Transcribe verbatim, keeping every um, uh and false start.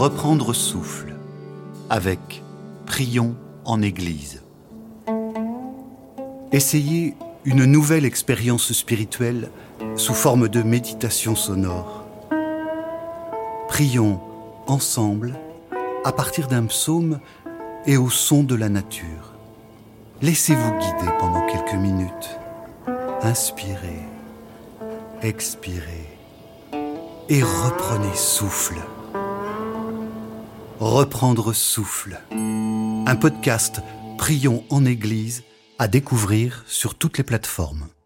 Reprendre souffle avec Prions en Église. Essayez une nouvelle expérience spirituelle sous forme de méditation sonore. Prions ensemble à partir d'un psaume et au son de la nature. Laissez-vous guider pendant quelques minutes. Inspirez, expirez et reprenez souffle. Reprendre souffle. Un podcast Prions en Église à découvrir sur toutes les plateformes.